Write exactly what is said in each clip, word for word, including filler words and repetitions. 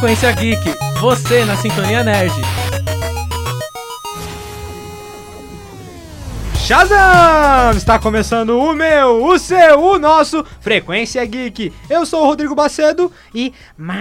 Frequência Geek, você na Sintonia Nerd. Shazam! Está começando o meu, o seu, o nosso Frequência Geek. Eu sou o Rodrigo Bacedo e...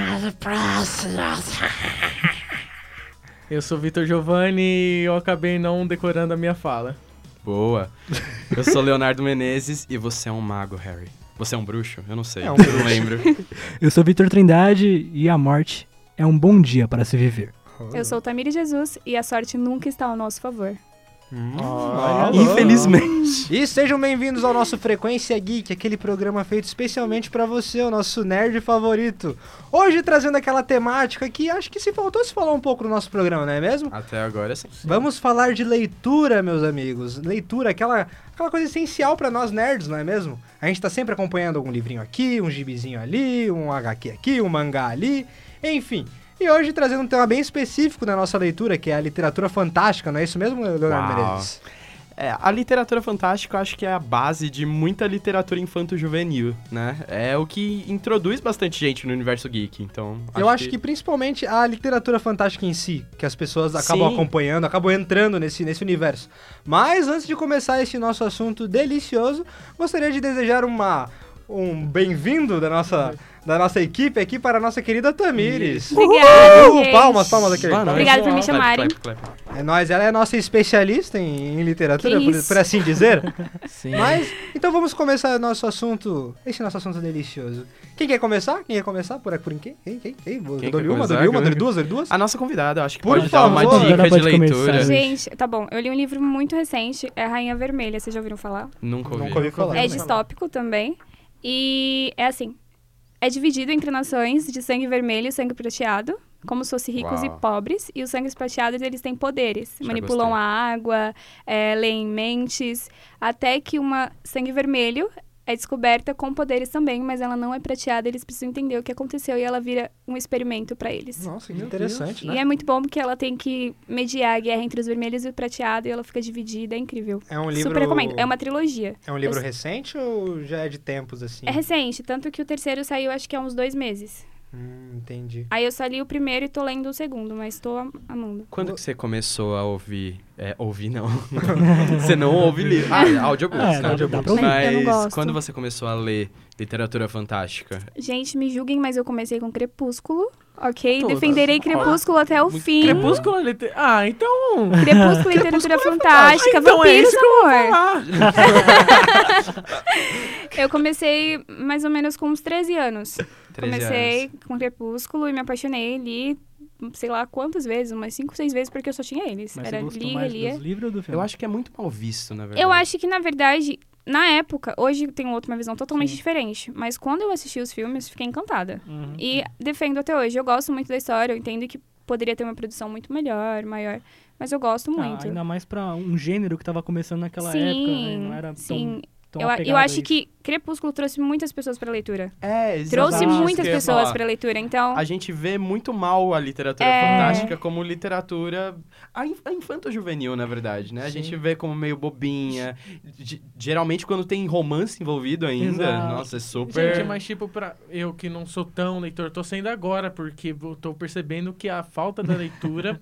Eu sou o Vitor Giovanni e eu acabei não decorando a minha fala. Boa. Eu sou Leonardo Menezes e você é um mago, Harry. Você é um bruxo? Eu não sei, É um eu bruxo. não lembro. Eu sou Vitor Trindade e a morte é um bom dia para se viver. Eu sou Tamiri Jesus e a sorte nunca está ao nosso favor. Hum, Oh, infelizmente. E sejam bem-vindos ao nosso Frequência Geek, aquele programa feito especialmente pra você, o nosso nerd favorito. Hoje trazendo aquela temática que acho que se faltou se falar um pouco no nosso programa, não é mesmo? Até agora sim. Vamos falar de leitura, meus amigos. Leitura, aquela, aquela coisa essencial pra nós nerds, não é mesmo? A gente tá sempre acompanhando algum livrinho aqui, um gibizinho ali, um agá quê aqui, um mangá ali, enfim. E hoje trazendo um tema bem específico da nossa leitura, que é a literatura fantástica, não é isso mesmo, Leonardo Uau. Menezes? É, a literatura fantástica eu acho que é a base de muita literatura infanto-juvenil, né? É o que introduz bastante gente no universo geek, então... Eu acho que... que principalmente a literatura fantástica em si, que as pessoas acabam Sim. acompanhando, acabam entrando nesse, nesse universo. Mas antes de começar esse nosso assunto delicioso, gostaria de desejar uma, um bem-vindo da nossa, da nossa equipe aqui para a nossa querida Tamires. Obrigada, Uhul, gente. palmas, palmas daquele. Boa noite. Obrigada por me Clap, chamarem. clap, clap. É nóis, ela é nossa especialista em, em literatura, Que por, isso. por assim dizer. Sim. Mas, então vamos começar nosso assunto, esse nosso assunto delicioso. Quem quer começar? Quem quer começar? Por, por quem? Quem? Quem? Quem? Vou- Quem Dou-lhe quer uma, começar? dou-lhe uma, dou-lhe Quem- duas, dou-lhe duas. A nossa convidada, eu acho que Por pode dar uma favor. dica Agora de pode leitura. começar. Gente, tá bom, eu li um livro muito recente, é Rainha Vermelha, vocês já ouviram falar? Nunca ouvi. Nunca ouvi falar. É distópico também, e é assim, é dividido entre nações de sangue vermelho e sangue prateado, como se fossem ricos Uau. e pobres, e os sangues prateados, eles têm poderes, Já manipulam gostei. a água, é, leem mentes, até que uma sangue vermelho é descoberta com poderes também, mas ela não é prateada, eles precisam entender o que aconteceu e ela vira um experimento pra eles. Nossa, que interessante, E né? é muito bom porque ela tem que mediar a guerra entre os vermelhos e o prateado e ela fica dividida, é incrível. É um livro... Super recomendo. É uma trilogia. É um livro Eu- recente ou já é de tempos, assim? É recente, tanto que o terceiro saiu acho que há uns dois meses. Hum, entendi. Aí eu só li o primeiro e tô lendo o segundo, mas tô am- amando. Quando que você começou a ouvir... É, ouvir não. Você não ouve livro. Ah, audiobooks, É, né? dá- dá pra ouvir. Eu não Mas gosto. quando você começou a ler literatura fantástica? Gente, me julguem, mas eu comecei com Crepúsculo, ok? Todas. Defenderei Crepúsculo até o Muito fim. Crepúsculo, ele te... Ah, então... Crepúsculo, literatura fantástica, então é vampiros, isso que eu vou amor. falar. Eu comecei mais ou menos com uns treze anos. treze Comecei anos. com Crepúsculo e me apaixonei, li, sei lá quantas vezes, umas cinco, seis vezes, porque eu só tinha eles. Mas Era você gostou li, mais relia. dos livros ou do filme? Eu acho que é muito mal visto, na verdade. Eu acho que, na verdade, na época, hoje tem outra uma visão totalmente Sim. diferente, mas quando eu assisti os filmes, fiquei encantada. Uhum. E defendo até hoje. Eu gosto muito da história, eu entendo que poderia ter uma produção muito melhor, maior, mas eu gosto Ah, muito. ainda mais pra um gênero que tava começando naquela sim, época, né? Não era sim. tão, tão Eu, a- eu apegado a acho isso. que Crepúsculo trouxe muitas pessoas pra leitura. É, exatamente. Trouxe isso muitas que eu ia pessoas falar. pra leitura, então... A gente vê muito mal a literatura É. fantástica como literatura... A, in- a infanto-juvenil, na verdade, né? A gente vê como meio bobinha. G- geralmente, quando tem romance envolvido ainda, Exato. nossa, é super... Gente, mas tipo, pra eu que não sou tão leitor, tô sendo agora, porque eu tô percebendo que a falta da leitura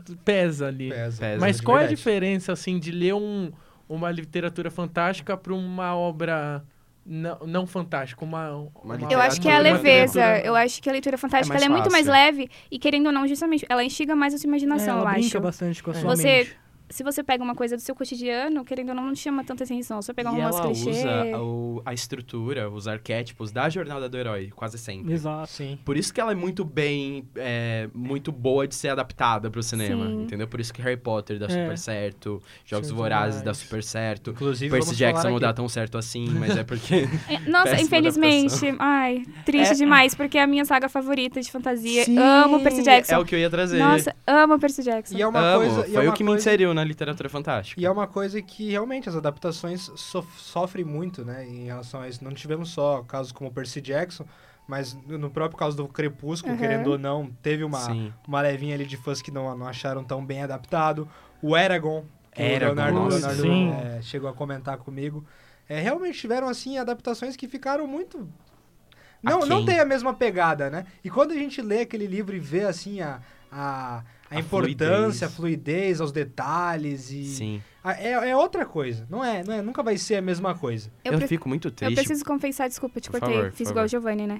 pesa ali. Pesa. Pesa. Mas de qual é a verdade. diferença, assim, de ler um, uma literatura fantástica pra uma obra não, não fantástica? Uma, Uma Eu acho que é a Uma leveza. literatura- Eu acho que a leitura fantástica mais ela é muito mais fácil. leve e, querendo ou não, justamente, ela instiga mais a sua É, imaginação, ela eu brinca acho. bastante com a É. sua Você- mente. Se você pega uma coisa do seu cotidiano, querendo ou não, não te chama tanta atenção. Se você pegar um E romance ela clichê... usa o- a estrutura, os arquétipos da jornada do herói, quase sempre. Exato. Sim. Por isso que ela é muito bem, é, muito boa de ser adaptada pro cinema, Sim. entendeu? Por isso que Harry Potter dá É. super certo, Jogos Sim, Vorazes dá demais. super certo, Inclusive, Percy vamos Jackson falar não aqui. dá tão certo assim, mas é porque... É, Nossa, Péssima infelizmente. adaptação. Ai, triste É. demais, porque é a minha saga favorita de fantasia. Sim, Amo Percy Jackson. É o que eu ia trazer. Nossa, amo Percy Jackson. E é uma Amo, coisa... e é foi uma o que me coisa- inseriu na literatura fantástica. E é uma coisa que realmente as adaptações sof- sofrem muito, né, em relação a isso. Não tivemos só casos como Percy Jackson, mas no próprio caso do Crepúsculo, Uhum. querendo ou não, teve uma, Sim. uma levinha ali de fãs que não, não acharam tão bem adaptado. O Eragon, que Eragon, o Leonardo, nossa, Leonardo sim. é, chegou a comentar comigo. É, realmente tiveram, assim, adaptações que ficaram muito... não, não aquém. tem a mesma pegada, né? E quando a gente lê aquele livro e vê, assim, a, a, a, A importância, fluidez. a fluidez, os detalhes e... Sim. a- É, é outra coisa, não é, não é? Nunca vai ser a mesma coisa. Eu, Eu, pre- fico muito eu triste. preciso confessar, desculpa, te Por cortei. favor, por Fiz favor. igual o Giovanni, né?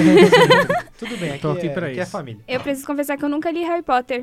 Tudo bem, aqui, Tô aqui é, pra aqui é isso. família. Eu preciso confessar que eu nunca li Harry Potter.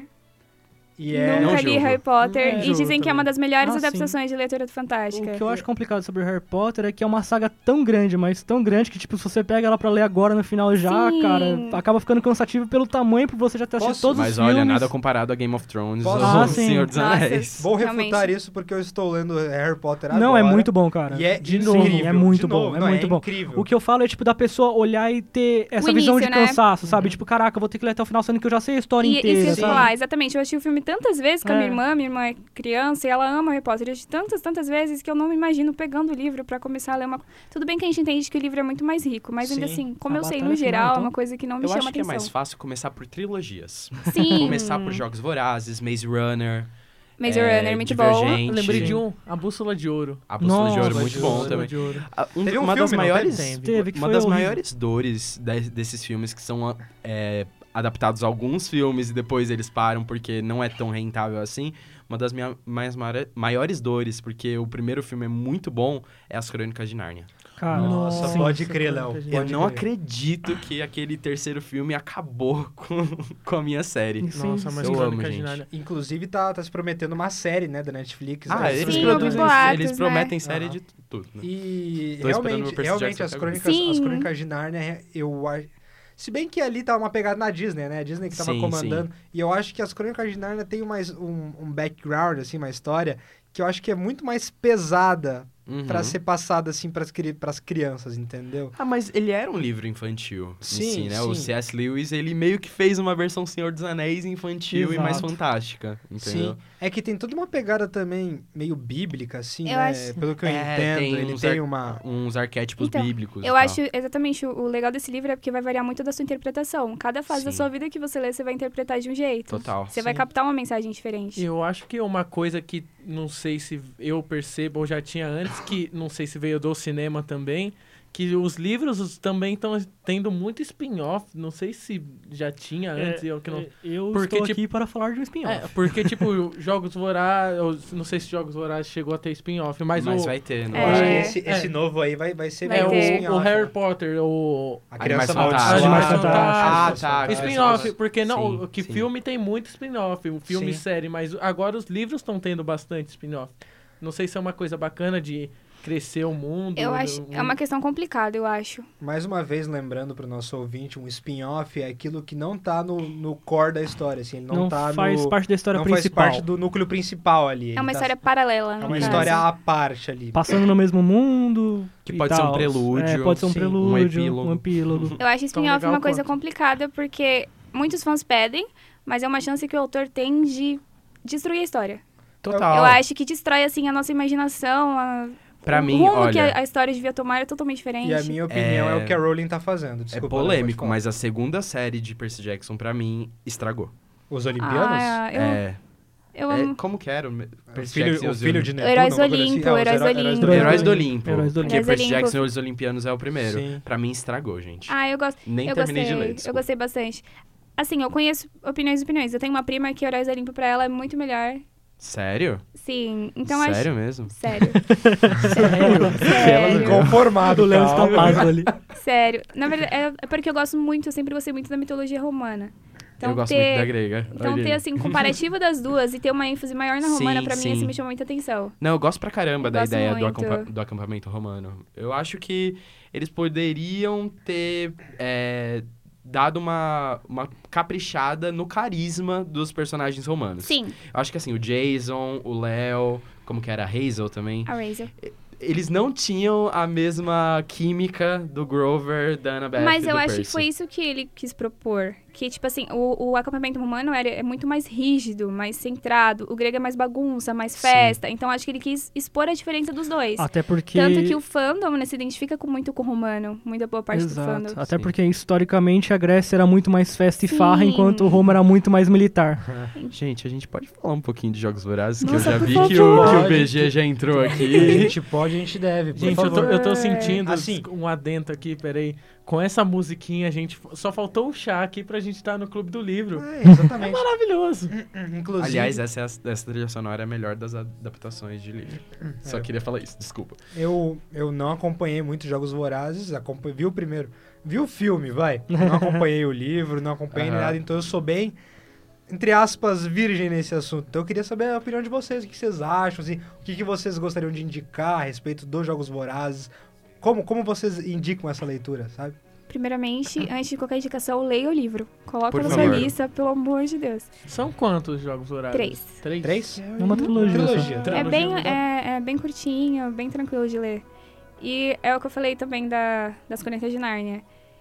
E é... Não Nunca li julgo. Harry Potter. Não e julgo dizem que é uma também. das melhores Ah, sim. adaptações de literatura fantástica. O que eu acho complicado sobre Harry Potter é que é uma saga tão grande, mas tão grande que, tipo, se você pega ela pra ler agora no final já, Sim. cara, acaba ficando cansativo pelo tamanho, por você já ter assistido Posso? todos Mas os olha, filmes. nada comparado a Game of Thrones Posso? ou Ah, O sim. Senhor dos Nossa. Anéis. Vou refutar Realmente. isso porque eu estou lendo Harry Potter agora. Não, é muito bom, cara. E é de incrível, novo, é muito de bom, novo. é Não, muito bom. incrível. O que eu falo é, tipo, da pessoa olhar e ter essa O visão início, de né? cansaço, sabe? Tipo, caraca, eu vou ter que ler até o final, sendo que eu já sei a história E, e inteira, se sabe? falar, exatamente. Eu assisti o filme tantas vezes com a minha É. irmã. Minha irmã é criança e ela ama Harry Potter. Eu assisti tantas, tantas vezes que eu não me imagino pegando o livro pra começar a ler uma... Tudo bem que a gente entende que o livro é muito mais rico, mas ainda Sim. assim, como A eu sei, batalha no final, geral, é então. uma coisa que não me Eu chama acho que é atenção. mais fácil começar por trilogias. Sim. Começar por Jogos Vorazes, Maze Runner, Maze é, Runner, muito bom. Divergente. Eu lembrei Sim. de um, A Bússola de Ouro. A Bússola de Nossa, Ouro, muito Bússola bom de também. de Ouro. Ah, um- Teve um uma das filme, não maiores, teve? Teve, que uma foi das horrível. maiores dores de- desses filmes que são é, adaptados a alguns filmes e depois eles param porque não é tão rentável assim. Uma das minhas mais mara- maiores dores, porque o primeiro filme é muito bom, é As Crônicas de Nárnia. Cara, Nossa, sim. pode crer, Léo. Pode Eu Pode não crer. acredito que aquele terceiro filme acabou com, com a minha série. Sim, Nossa, mas eu amo, Crônicas de gente. Nárnia. Inclusive, tá, tá se prometendo uma série, né, da Netflix. Ah, né? eles Sim, produzem, eu vi boatos, eles né? prometem série Aham. de tudo, né? E Tô esperando o realmente, Percy realmente Jackson as até crônicas, agora. as Sim. crônicas de Nárnia, eu acho... Se bem que ali tá uma pegada na Disney, né? A Disney que tava Sim, comandando. E eu acho que as crônicas de Nárnia tem mais um, um background, assim, uma história que eu acho que é muito mais pesada Uhum. pra ser passada, assim, pras, cri pras crianças, entendeu? Ah, mas ele era um livro infantil Sim, em si, né? O sim. C S. Lewis, ele meio que fez uma versão Senhor dos Anéis infantil e mais Exato. fantástica, entendeu? Sim. É que tem toda uma pegada também meio bíblica, assim, Eu né? acho- Pelo que eu É, entendo, tem ele uns tem ar- uma... Uns arquétipos Então, bíblicos e Eu tal. acho exatamente o, o legal desse livro é porque vai variar muito da sua interpretação. Cada fase da Sim. sua vida que você lê, você vai interpretar de um jeito. Total. Você vai Sim. captar uma mensagem diferente. Eu acho que uma coisa que não sei se eu percebo ou já tinha antes, que não sei se veio do cinema também, que os livros também estão tendo muito spin-off. Não sei se já tinha antes. eu que não... É, eu Porque, estou tipo- aqui para falar de um spin-off. É, porque, tipo, Jogos Vorazes... eu Não sei se Jogos Vorazes chegou a ter spin-off, mas, Mas o... vai ter, não Eu É. acho vai? que esse, esse É. novo aí vai, vai ser Vai É, meio ter. o, spin-off, o Harry né? Potter, o... A Criança Animais Amaldiçoada. Fantásticos. Ah, Animais tá. Fantásticos. Spin-off, porque não, Sim, o que sim. filme tem muito spin-off, o filme Sim. e série, mas agora os livros estão tendo bastante spin-off. Não sei se é uma coisa bacana de crescer o mundo. Eu o- acho. o- É uma questão complicada, eu acho. Mais uma vez, lembrando pro nosso ouvinte, um spin-off é aquilo que não tá no, no core da história, assim, ele não, não tá faz no... parte da história não principal. faz parte do núcleo principal ali. É ele uma tá- história paralela, É no uma caso. história à parte ali. Passando no mesmo mundo. Que e pode ser um tals. prelúdio, É, pode ser um sim, um prelúdio, epílogo. um epílogo. Eu acho Tão spin-off legal uma coisa quanto. complicada porque muitos fãs pedem, mas é uma chance que o autor tem de destruir a história. Total. Eu acho que destrói, assim, a nossa imaginação, a... Pra o mim, rumo que olha, a, a história devia tomar é totalmente diferente. E a minha opinião é... É- o que a Rowling tá fazendo. é Desculpa, polêmico, pode falar. mas a segunda série de Percy Jackson, pra mim, estragou. Os Olimpianos? Ah, eu, É, eu é, amo. como que era? o o Percy filho, Jackson e o os filho de Olim- Netuno? Heróis do uma coisa assim? Olimpo, É, os Heróis do heró- Olimpo. Heróis do Olimpo. Heróis do Porque Olimpo. Percy Heróis do Jackson e os Olimpianos é o primeiro. Sim. Pra mim, estragou, gente. Ah, eu gosto. Nem eu terminei gostei, de ler, eu desculpa. gostei bastante. Assim, eu conheço opiniões e opiniões. Eu tenho uma prima que Heróis do Olimpo pra ela é muito melhor. Sério? Sim, então Sério acho... mesmo? Sério. Sério? Sério. Inconformado, O Léo está calma. pago ali. Sério. Na verdade, é é porque eu gosto muito, eu sempre gostei muito da mitologia romana. Então, eu gosto ter, muito da grega. Então, Olha ter, aí. assim, um comparativo das duas e ter uma ênfase maior na romana, Sim, pra mim, sim. assim, me chama muita atenção. Não, eu gosto pra caramba Eu da gosto ideia do, muito. acampa- do acampamento romano. Eu acho que eles poderiam ter é, dado uma, uma caprichada no carisma dos personagens romanos. Sim, Eu acho que assim, o Jason, o Léo, como que era, a Hazel também, a Razor. eles não tinham a mesma química do Grover, da Annabeth Mas e eu do acho que Percy. foi isso que ele quis propor. Que, tipo assim, o, o acampamento romano era, é muito mais rígido, mais centrado. O grego é mais bagunça, mais Sim. festa. Então, acho que ele quis expor a diferença dos dois. Até porque... Tanto que o fandom, né, se identifica com, muito com o romano. Muita boa parte Exato. do fandom. Até Sim. porque, historicamente, a Grécia era muito mais festa e Sim. farra, enquanto Roma era muito mais militar. Gente, a gente pode falar um pouquinho de Jogos Vorazes, que Nossa, eu já por vi que o, favor. que o B G já entrou A aqui. gente pode, a gente deve, por Gente, eu tô, favor. eu tô sentindo Assim. um adento aqui, peraí. com essa musiquinha, a gente só faltou o chá aqui pra gente estar no Clube do Livro. É, É exatamente. maravilhoso. Inclusive, Aliás, essa, é a- essa trilha sonora é a melhor das adaptações de livro. Só É. queria falar isso, desculpa. eu, eu não acompanhei muito Jogos Vorazes, acompanhei, vi o primeiro, vi o filme, vai. Não acompanhei o livro, não acompanhei Aham. nada, então eu sou bem, entre aspas, virgem nesse assunto. Então eu queria saber a opinião de vocês, o que vocês acham, assim, o que, que vocês gostariam de indicar a respeito dos Jogos Vorazes, como, como vocês indicam essa leitura, sabe? Primeiramente, antes de qualquer indicação, leia o livro. Coloca Por na favor. sua lista, pelo amor de Deus. São quantos jogos horários? Três. Três? Três? É uma trilogia. Trilogia. só. É Trilogia bem, não dá. é, é bem curtinho, bem tranquilo de ler. E é o que eu falei também da, das Crônicas de Nárnia.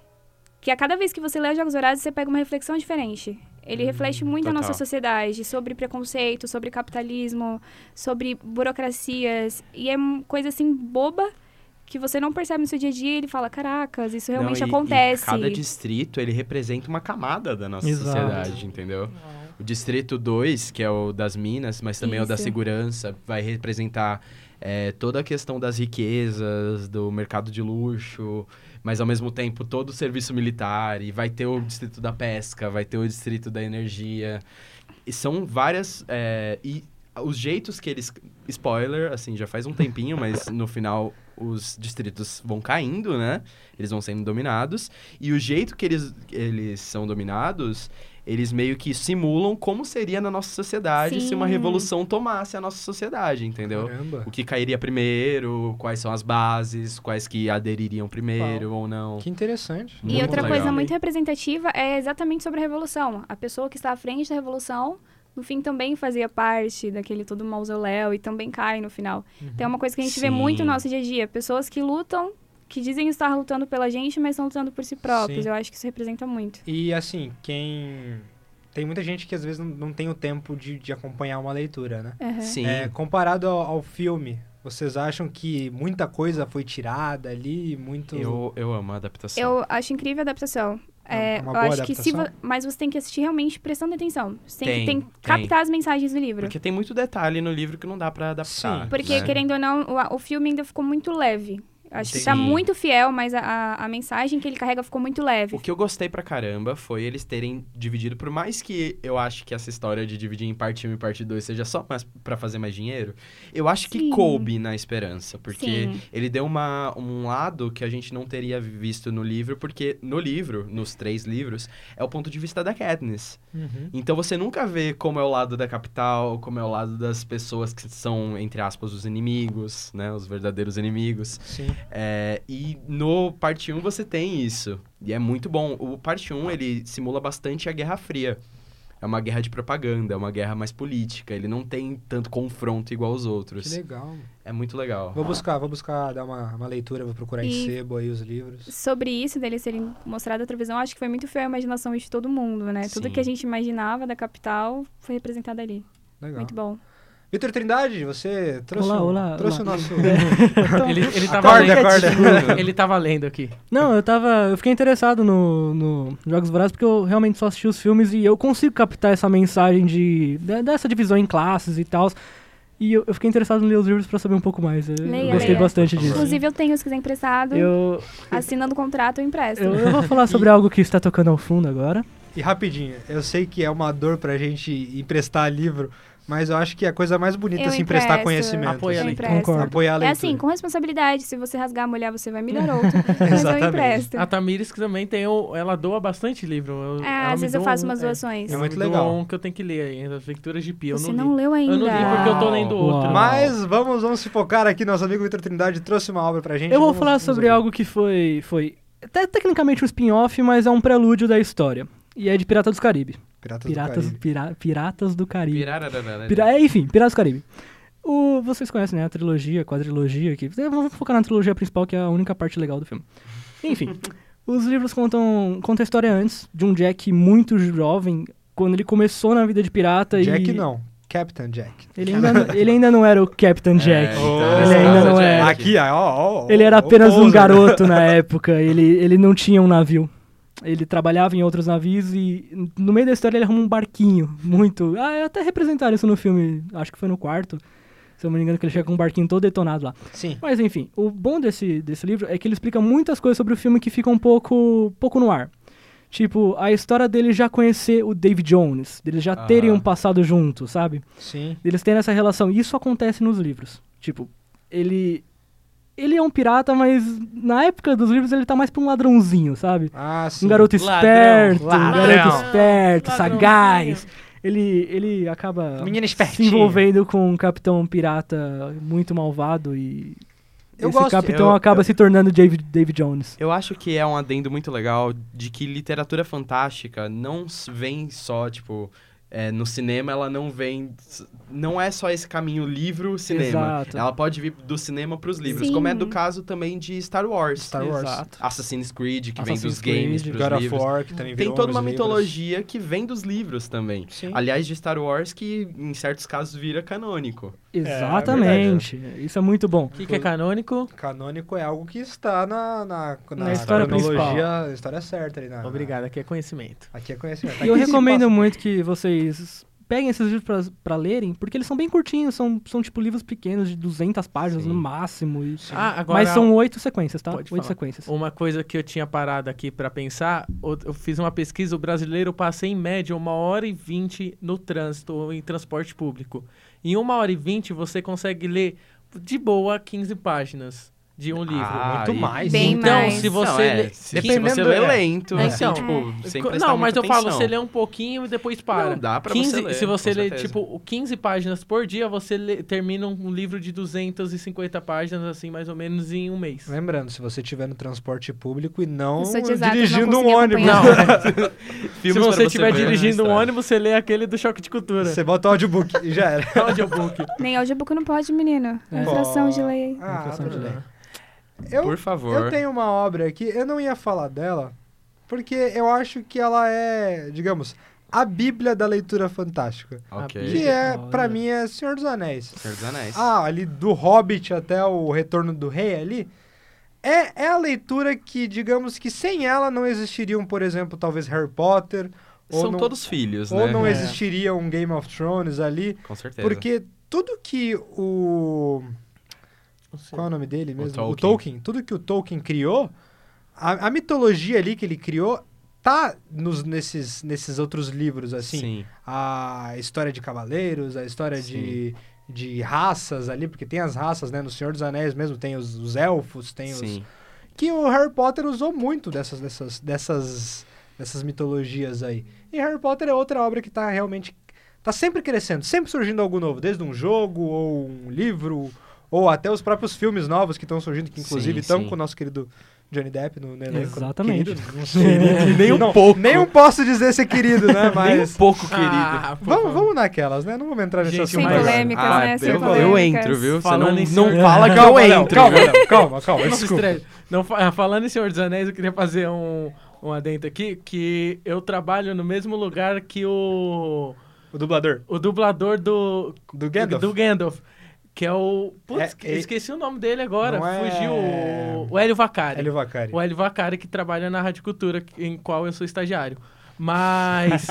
Que a cada vez que você lê Jogos Vorazes, você pega uma reflexão diferente. Ele reflete muito a total. nossa sociedade, sobre preconceito, sobre capitalismo, sobre burocracias. E é uma coisa assim boba que você não percebe no seu dia a dia e ele fala, caracas, isso realmente Não, e- acontece. E cada distrito, ele representa uma camada da nossa Exato. sociedade, entendeu? O distrito dois, que é o das minas, mas também é o da Isso. segurança, vai representar é, toda a questão das riquezas, do mercado de luxo, mas ao mesmo tempo todo o serviço militar, e vai ter o distrito da pesca, vai ter o distrito da energia. E são várias... é, e os jeitos que eles... Spoiler, assim, já faz um tempinho, mas no final os distritos vão caindo, né? Eles vão sendo dominados. E o jeito que eles, eles são dominados, eles meio que simulam como seria na nossa sociedade se uma Sim. revolução tomasse a nossa sociedade, entendeu? Caramba. O que cairia primeiro, quais são as bases, quais que adeririam primeiro ou não. Que interessante. E Muito outra legal. coisa muito representativa é exatamente sobre a Revolução. A pessoa que está à frente da Revolução, no fim, também fazia parte daquele todo mausoléu e também cai no final. Então é uma coisa que a gente vê Sim. muito no nosso dia a dia. Pessoas que lutam, que dizem estar lutando pela gente, mas estão lutando por si próprios. Sim. Eu acho que isso representa muito. E assim, quem... Tem muita gente que às vezes não, não tem o tempo de, de acompanhar uma leitura, né? Aham. Sim. É, comparado ao, ao filme, vocês acham que muita coisa foi tirada ali, muito... Eu, eu amo a adaptação. Eu acho incrível a adaptação. É É, uma eu boa acho que se vo... adaptação? Mas você tem que assistir realmente prestando atenção. Você tem, Tem, que tem- tem. captar as mensagens do livro. Porque tem muito detalhe no livro que não dá pra adaptar. Sim. Porque, né? querendo ou não, o, o filme ainda ficou muito leve. Acho que tá Sim. muito fiel, mas a, a, a mensagem que ele carrega ficou muito leve. O que eu gostei pra caramba foi eles terem dividido, por mais que eu acho que essa história de dividir em parte um e parte dois seja só mais pra fazer mais dinheiro, eu acho que Sim. coube na Esperança, porque Sim. ele deu uma, um lado que a gente não teria visto no livro, porque no livro, nos três livros, é o ponto de vista da Katniss. Uhum. Então você nunca vê como é o lado da capital, como é o lado das pessoas que são, entre aspas, os inimigos, né? Os verdadeiros inimigos. Sim. É, e no parte um você tem isso. E é muito bom. O parte um, ele simula bastante a Guerra Fria. É uma guerra de propaganda, é uma guerra mais política. Ele não tem tanto confronto igual os Que outros. legal. É muito legal. Vou buscar, vou buscar dar uma, uma leitura, vou procurar em E- sebo aí os livros. Sobre isso, deles serem mostrado outra visão, acho que foi muito fiel à imaginação de todo mundo, né? Tudo Sim. que a gente imaginava da capital foi representado ali. Legal. Muito bom. Vitor Trindade, você trouxe, Olá, o- olá, trouxe olá. o nosso... Ele, ele tava Acorda, lendo. acorda. Ele tava lendo aqui. Não, eu tava. Eu fiquei interessado no, no Jogos Vorazes porque eu realmente só assisti os filmes e eu consigo captar essa mensagem de, de- dessa divisão em classes e tal. E eu, eu fiquei interessado em ler os livros pra saber um pouco mais. Eu Leia, gostei leia. bastante disso. Inclusive, eu tenho, se quiser emprestado, Eu, assinando o contrato, eu empresto. eu, eu vou falar sobre algo que está tocando ao fundo agora. E rapidinho, eu sei que é uma dor pra gente emprestar livro, mas eu acho que é a coisa mais bonita Eu se emprestar empresto. conhecimento. Apoia a Eu leitura. empresto. Concordo. Apoiar a É leitura. assim, com responsabilidade. Se você rasgar, molhar, você vai me dar outro. Mas eu Exatamente. empresto. A Tamires que também tem o, ela doa bastante livro. Eu, É, ela às me vezes eu doa faço um- umas é, doações. É ela muito me doa legal. um que eu tenho que ler aí, As Aventuras de Pi. Eu Você não, não li. leu ainda. Eu não li porque eu tô lendo Uau. outro. Mas vamos, vamos se focar aqui, nosso amigo Vitor Trindade trouxe uma obra pra gente. Eu vou vamos- falar vamos sobre ouvir. algo que foi, foi até tecnicamente um spin-off, mas é um prelúdio da história. E é de Pirata dos Caribe. Piratas, Piratas, do Caribe. pira, Piratas do Caribe. Pirararara. Pira- é, enfim, Piratas do Caribe. O, vocês conhecem, né? A trilogia, a quadrilogia aqui. Vamos focar na trilogia principal, que é a única parte legal do filme. Enfim, os livros contam, contam a história antes de um Jack muito jovem, quando ele começou na vida de pirata Jack e... não, Captain Jack. Ele ainda, não- ele ainda não era o Captain Jack. então, ele ainda não é. Aqui, ó, ó, ó, Ele era ó, apenas ó, um poser. garoto na época, ele, ele não tinha um navio. Ele trabalhava em outros navios e no meio da história ele arruma um barquinho muito... Ah, até representaram isso no filme, acho que foi no quarto. Se eu não me engano, que ele chega com um barquinho todo detonado lá. Sim. Mas enfim, o bom desse, desse livro é que ele explica muitas coisas sobre o filme que ficam um pouco, pouco no ar. Tipo, a história dele já conhecer o David Jones, deles já Aham. terem um passado junto, sabe? Sim. Eles terem essa relação. E isso acontece nos livros. Tipo, ele... Ele é um pirata, mas na época dos livros ele tá mais pra um ladrãozinho, sabe? Ah, sim. Um garoto Ladrão, esperto, um ladrão. garoto esperto, Ladrãozinho. sagaz. Ele, ele acaba Menino se espertinho. envolvendo com um capitão pirata muito malvado e Eu esse gosto- capitão eu- acaba eu- se tornando David, David Jones. Eu acho que é um adendo muito legal de que literatura fantástica não s- vem só, tipo... é, no cinema ela não vem... Não é só esse caminho livro-cinema. Exato. Ela pode vir do cinema pros livros. Sim. Como é do caso também de Star Wars. Star Wars. Exato. Assassin's Creed, que vem Assassin's dos games Creed, pros God of livros. War, que também Tem virou toda uns uma livros. mitologia que vem dos livros também. Sim. Aliás, de Star Wars, que em certos casos vira canônico. Exatamente. Isso é muito bom. O que, que é canônico? Canônico é algo que está na, na, na, Na história cronologia, a história certa ali. Na, Obrigado, aqui é conhecimento. Aqui é conhecimento. E eu Aqui se recomendo passa- muito que vocês peguem esses livros pra, pra lerem, porque eles são bem curtinhos, são, são tipo livros pequenos de duzentas páginas Sim. no máximo. E... Ah, agora Mas são oito sequências, tá? Pode Oito falar. sequências. uma coisa que eu tinha parado aqui pra pensar, o- eu fiz uma pesquisa, o brasileiro passa em média uma hora e vinte no trânsito ou em transporte público. Em uma hora e vinte você consegue ler de boa quinze páginas de um livro. Ah, Muito e- mais. Bem hein? Então, mais. se você Não, é, lê- se, se Dependendo você do- lê é. lento, É, assim, então. tipo, sem prestar Não, mas muita eu falo, atenção. você lê um pouquinho e depois para. Não, dá pra quinze, você ler, se você com lê, certeza. tipo, quinze páginas por dia, você lê- termina um livro de duzentas e cinquenta páginas, assim, mais ou menos, em um mês. Lembrando, se você estiver no transporte público e não Eu sou de exatas, dirigindo não um consegui ônibus. acompanhar. Se Filmes você pra estiver ver na dirigindo um estrada. ônibus, você lê aquele do Choque de Cultura. Você bota o audiobook e já era. Audiobook. Nem audiobook não pode, menino. É. Infração de lei. Ah, Infração de tudo lei. bem. Eu, Por favor. eu tenho uma obra aqui, eu não ia falar dela, porque eu acho que ela é, digamos, a bíblia da leitura fantástica. Ok. Que é, Olha. pra mim, é Senhor dos Anéis. Senhor dos Anéis. Ah, ali do Hobbit até o Retorno do Rei ali, é, é a leitura que, digamos que sem ela não existiriam, por exemplo, talvez Harry Potter, ou São não, todos filhos, ou né? não É. existiria um Game of Thrones ali, Com certeza. porque tudo que o... Qual é o nome dele mesmo? O Tolkien. Tolkien. Tudo que o Tolkien criou, a, a mitologia ali que ele criou, tá nos, nesses, nesses outros livros, assim. Sim. A história de cavaleiros, a história de, de raças ali, porque tem as raças, né? No Senhor dos Anéis mesmo, tem os, os elfos, tem os... Sim. Que o Harry Potter usou muito dessas, dessas, dessas, dessas mitologias aí. E Harry Potter é outra obra que tá realmente... Tá sempre crescendo, sempre surgindo algo novo, desde um jogo, ou um livro, ou até os próprios filmes novos que estão surgindo, que inclusive Sim, estão sim. com o nosso querido Johnny Depp no no elenco. Exatamente. Querido, não sei. Nem um Não, pouco. Nem um posso dizer ser querido, né? Nem um Mas... pouco, querido. Ah, por Vamos, favor. vamos naquelas, né? Não vamos entrar nesse Gente, assunto Sem mas- agora. polêmicas, Ah, né? Sem eu, eu polêmicas. entro, viu? Você Falando não, em não Senhor- fala que Calma, eu Léo, entro, calma, viu? Léo, calma, calma, Não se desculpa. estresse. Não, fa- falando em Senhor dos Anéis, eu queria fazer um, um adendo aqui, que eu trabalho no mesmo lugar que o, O dublador o dublador do, do Gandalf. do Gandalf, que é o... Putz, É, é- esqueci o nome dele agora, Não é- fugiu, o, o Hélio Vacari. Hélio Vacari. O Hélio Vacari, que trabalha na Rádio Cultura, em qual eu sou estagiário. Mas...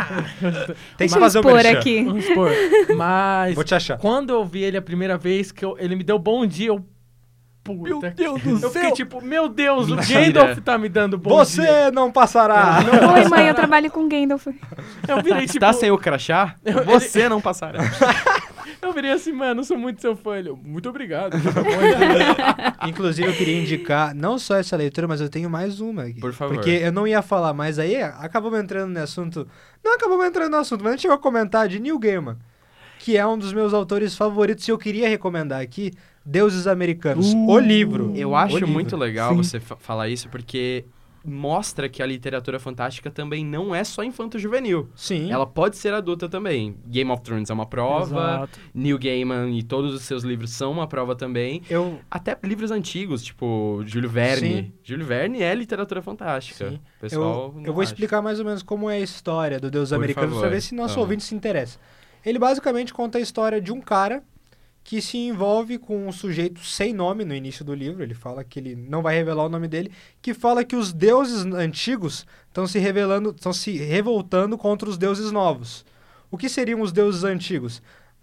Tem que Vamos fazer o expor merchan. aqui. Vamos supor. Mas... Vou te achar. Quando eu vi ele a primeira vez, que eu- ele me deu bom dia, eu... Puta Meu que- Deus do Eu céu! fiquei tipo, meu Deus, o Mentira. Gandalf tá me dando bom Você dia. não passará. Oi, mãe, eu trabalho com Gandalf. Eu virei tipo... Está sem o crachá? Você não passará. Eu virei assim, mano, eu sou muito seu fã. Ele, muito obrigado. Inclusive, eu queria indicar não só essa leitura, mas eu tenho mais uma aqui. Por favor. Porque eu não ia falar, mas aí acabamos entrando no assunto... Não acabamos entrando no assunto, mas a gente chegou a comentar de Neil Gaiman, que é um dos meus autores favoritos, e eu queria recomendar aqui Deuses Americanos, Uh, o livro. Eu O acho livro. muito legal Sim. você fa- falar isso, porque mostra que a literatura fantástica também não é só infanto-juvenil. Sim. Ela pode ser adulta também. Game of Thrones é uma prova, Exato. Neil Gaiman e todos os seus livros são uma prova também. Eu... Até livros antigos, tipo Júlio Verne. Sim. Júlio Verne é literatura fantástica. Sim. O pessoal Eu, não eu vou acha. explicar mais ou menos como é a história do Deus Por Americanos favor. pra ver se nosso Aham. ouvinte se interessa. Ele basicamente conta a história de um cara que se envolve com um sujeito sem nome no início do livro. Ele fala que ele não vai revelar o nome dele, que fala que os deuses antigos estão se revelando, estão se revoltando contra os deuses novos. O que seriam os deuses antigos?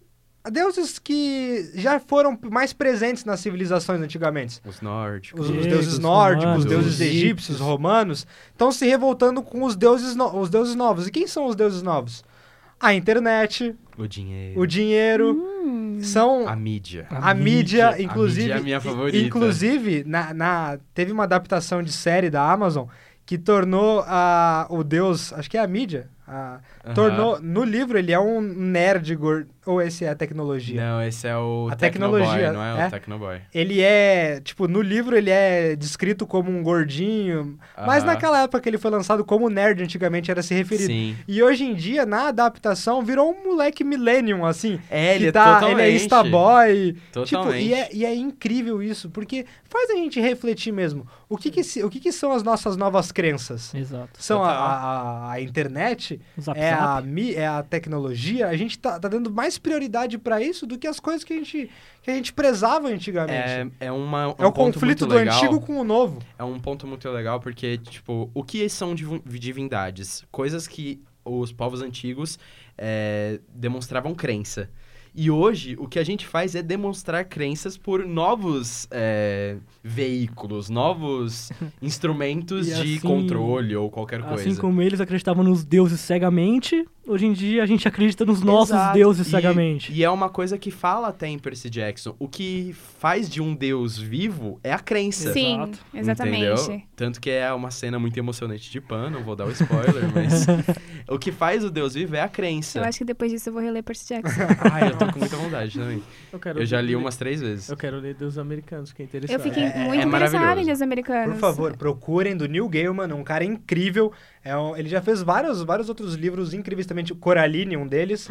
deuses que já foram mais presentes nas civilizações antigamente. Os nórdicos. Os, os Gregos, deuses nórdicos, romanos, os deuses egípcios. egípcios, romanos, estão se revoltando com os deuses, no- os deuses novos. E quem são os deuses novos? A internet, O dinheiro. o dinheiro, Hum. são A mídia. a, mídia, A inclusive. mídia é a minha i- favorita. Inclusive, na, na- teve uma adaptação de série da Amazon que tornou a, o deus, acho que é a mídia, a- Aham. tornou, no livro ele é um nerd gordo, ou esse é a tecnologia? Não, esse é o A Tecnoboy, tecnologia, não é, é? o Tecnoboy. Ele é, tipo, no livro ele é descrito como um gordinho, mas Aham. naquela época que ele foi lançado como nerd antigamente era se referido. Sim. E hoje em dia, na adaptação, virou um moleque millennium, assim. É, ele que é tá, totalmente. Ele é Instaboy. Tipo, Totalmente. e é, e é incrível isso, porque faz a gente refletir mesmo. O que que, se- o que que são as nossas novas crenças? Exato. São a, Total. a, a internet, O Zap é a, Zap. mi- é a tecnologia. A gente tá, tá dando mais prioridade pra isso do que as coisas que a gente, que a gente prezava antigamente. É, é, uma, um É o ponto conflito muito do legal. antigo com o novo. É um ponto muito legal porque, tipo, o que são divu- divindades? Coisas que os povos antigos é, demonstravam crença. E hoje, o que a gente faz é demonstrar crenças por novos é, veículos, novos instrumentos E de assim- controle ou qualquer coisa. Assim como eles acreditavam nos deuses cegamente, hoje em dia a gente acredita nos nossos Exato. deuses E- cegamente. E é uma coisa que fala até em Percy Jackson. O que faz de um deus vivo é a crença. Sim, Exato. exatamente. Entendeu? Tanto que é uma cena muito emocionante de Pan, não vou dar o spoiler, mas o que faz o Deus vivo é a crença. Eu acho que depois disso eu vou reler Percy Jackson. Ai, eu tô com muita vontade também. Eu, quero Eu já li ler- umas três vezes. Eu quero ler dos americanos, que é interessante. Eu fiquei É- muito é interessada em maravilhoso. Deus Americanos. Por favor, procurem do Neil Gaiman, um cara incrível. É um- ele já fez vários, vários outros livros incríveis também, tipo Coraline, um deles.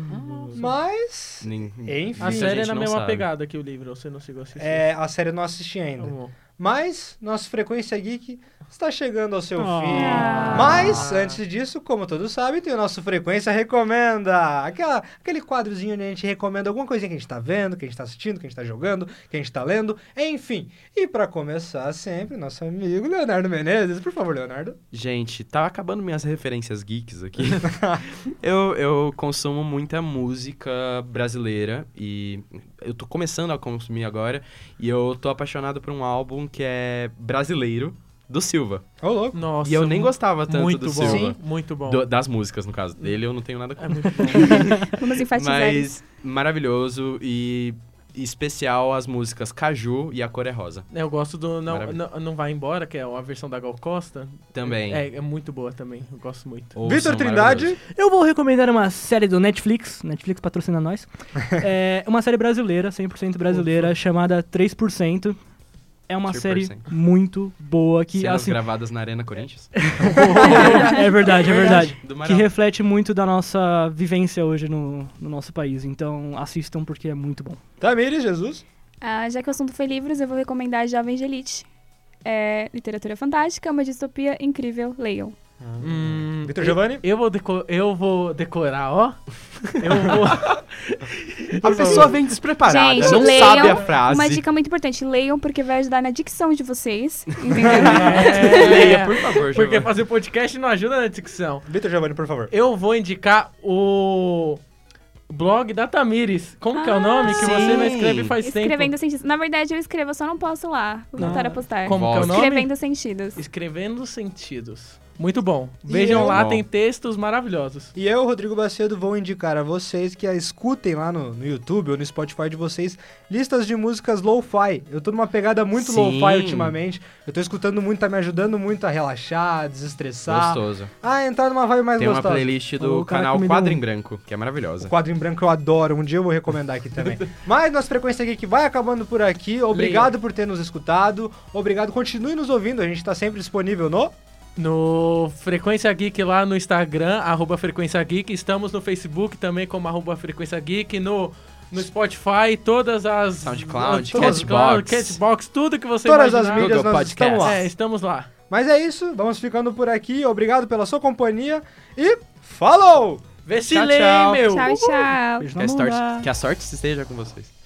Mas, Nem- enfim. A muita série é gente na não mesma sabe. pegada que o livro, você não chegou a assistir. é, a série eu não assisti ainda. Tá bom. Mas, nossa Frequência Geek está chegando ao seu Ah. fim. Mas, antes disso, como todos sabem, tem o nosso Frequência Recomenda. Aquela, aquele quadrozinho onde a gente recomenda alguma coisinha que a gente tá vendo, que a gente tá assistindo, que a gente tá jogando, que a gente tá lendo, enfim. E pra começar sempre, nosso amigo Leonardo Menezes. Por favor, Leonardo. Gente, tá acabando minhas referências geeks aqui. eu, eu consumo muita música brasileira e eu tô começando a consumir agora e eu tô apaixonado por um álbum que é brasileiro, do Silva. Ô, louco. Nossa, e eu nem mu- gostava tanto muito do bom. Silva. Sim, muito bom. Do- das músicas, no caso. Dele eu não tenho nada É contra. muito bom. Vamos enfatizar isso. Mas maravilhoso e especial as músicas Caju e A Cor é Rosa. Eu gosto do não, Maravilha. não, não Vai Embora, que é a versão da Gal Costa. Também. É, é muito boa também, eu gosto muito. Ouçam, Vitor Trindade. maravilhoso. Eu vou recomendar uma série do Netflix, Netflix patrocina nós. É uma série brasileira, cem por cento brasileira, chamada três por cento. É uma três por série cento. muito boa que Cenas assim, gravadas na Arena Corinthians. é verdade, é verdade. Do Que Marão. reflete muito da nossa vivência hoje no, no nosso país. Então assistam porque é muito bom. Tamires, Jesus. Ah, já que o assunto foi livros, eu vou recomendar Jovem de Elite. É literatura fantástica, uma distopia incrível. Leiam. Hum, Vitor eu- Giovanni. Eu vou, deco- eu vou decorar, ó. Eu vou. A pessoa vem despreparada, Gente, não leiam sabe a frase. Uma dica muito importante. Leiam porque vai ajudar na dicção de vocês. Entendeu? É, Leia, por favor, Porque Giovanni. fazer podcast não ajuda na dicção. Vitor Giovanni, por favor. Eu vou indicar o blog da Tamires. Como que é o Ah, nome? Que você não sim. escreve faz Escrevendo tempo. Sentidos. Na verdade, eu escrevo, eu só não posso lá. Vou voltar a postar. Como que é o Volte. nome? Escrevendo Sentidos. Escrevendo Sentidos. Muito bom. E Vejam eu- lá, Bom. tem textos maravilhosos. E eu, Rodrigo Bacedo, vou indicar a vocês que a escutem lá no, no YouTube ou no Spotify de vocês listas de músicas lo-fi. Eu tô numa pegada muito Sim. lo-fi ultimamente. Eu tô escutando muito, tá me ajudando muito a relaxar, a desestressar. Gostoso. Ah, entrar numa vibe mais Tem uma gostosa. playlist do O cara canal que me deu Quadro um- em Branco, que é O maravilhosa. quadro em branco eu adoro, um dia eu vou recomendar aqui também. Mas nossa Frequência Geek vai acabando por aqui. Obrigado por ter nos escutado. Obrigado, continue nos ouvindo. A gente tá sempre disponível no... No Frequência Geek lá no Instagram, arroba Frequência Geek. Estamos no Facebook também como arroba Frequência Geek. No, no Spotify, todas as... SoundCloud, todas- Castbox. Castbox, tudo que você Todas as imaginar. mídias Google nós Podcast. estamos lá. É, estamos lá. Mas é isso, vamos ficando por aqui. Obrigado pela sua companhia e falou! Vê se Tchau, lê, tchau. meu! Tchau, tchau. Beijo Que na a, sorte, bunda. que a sorte esteja com vocês.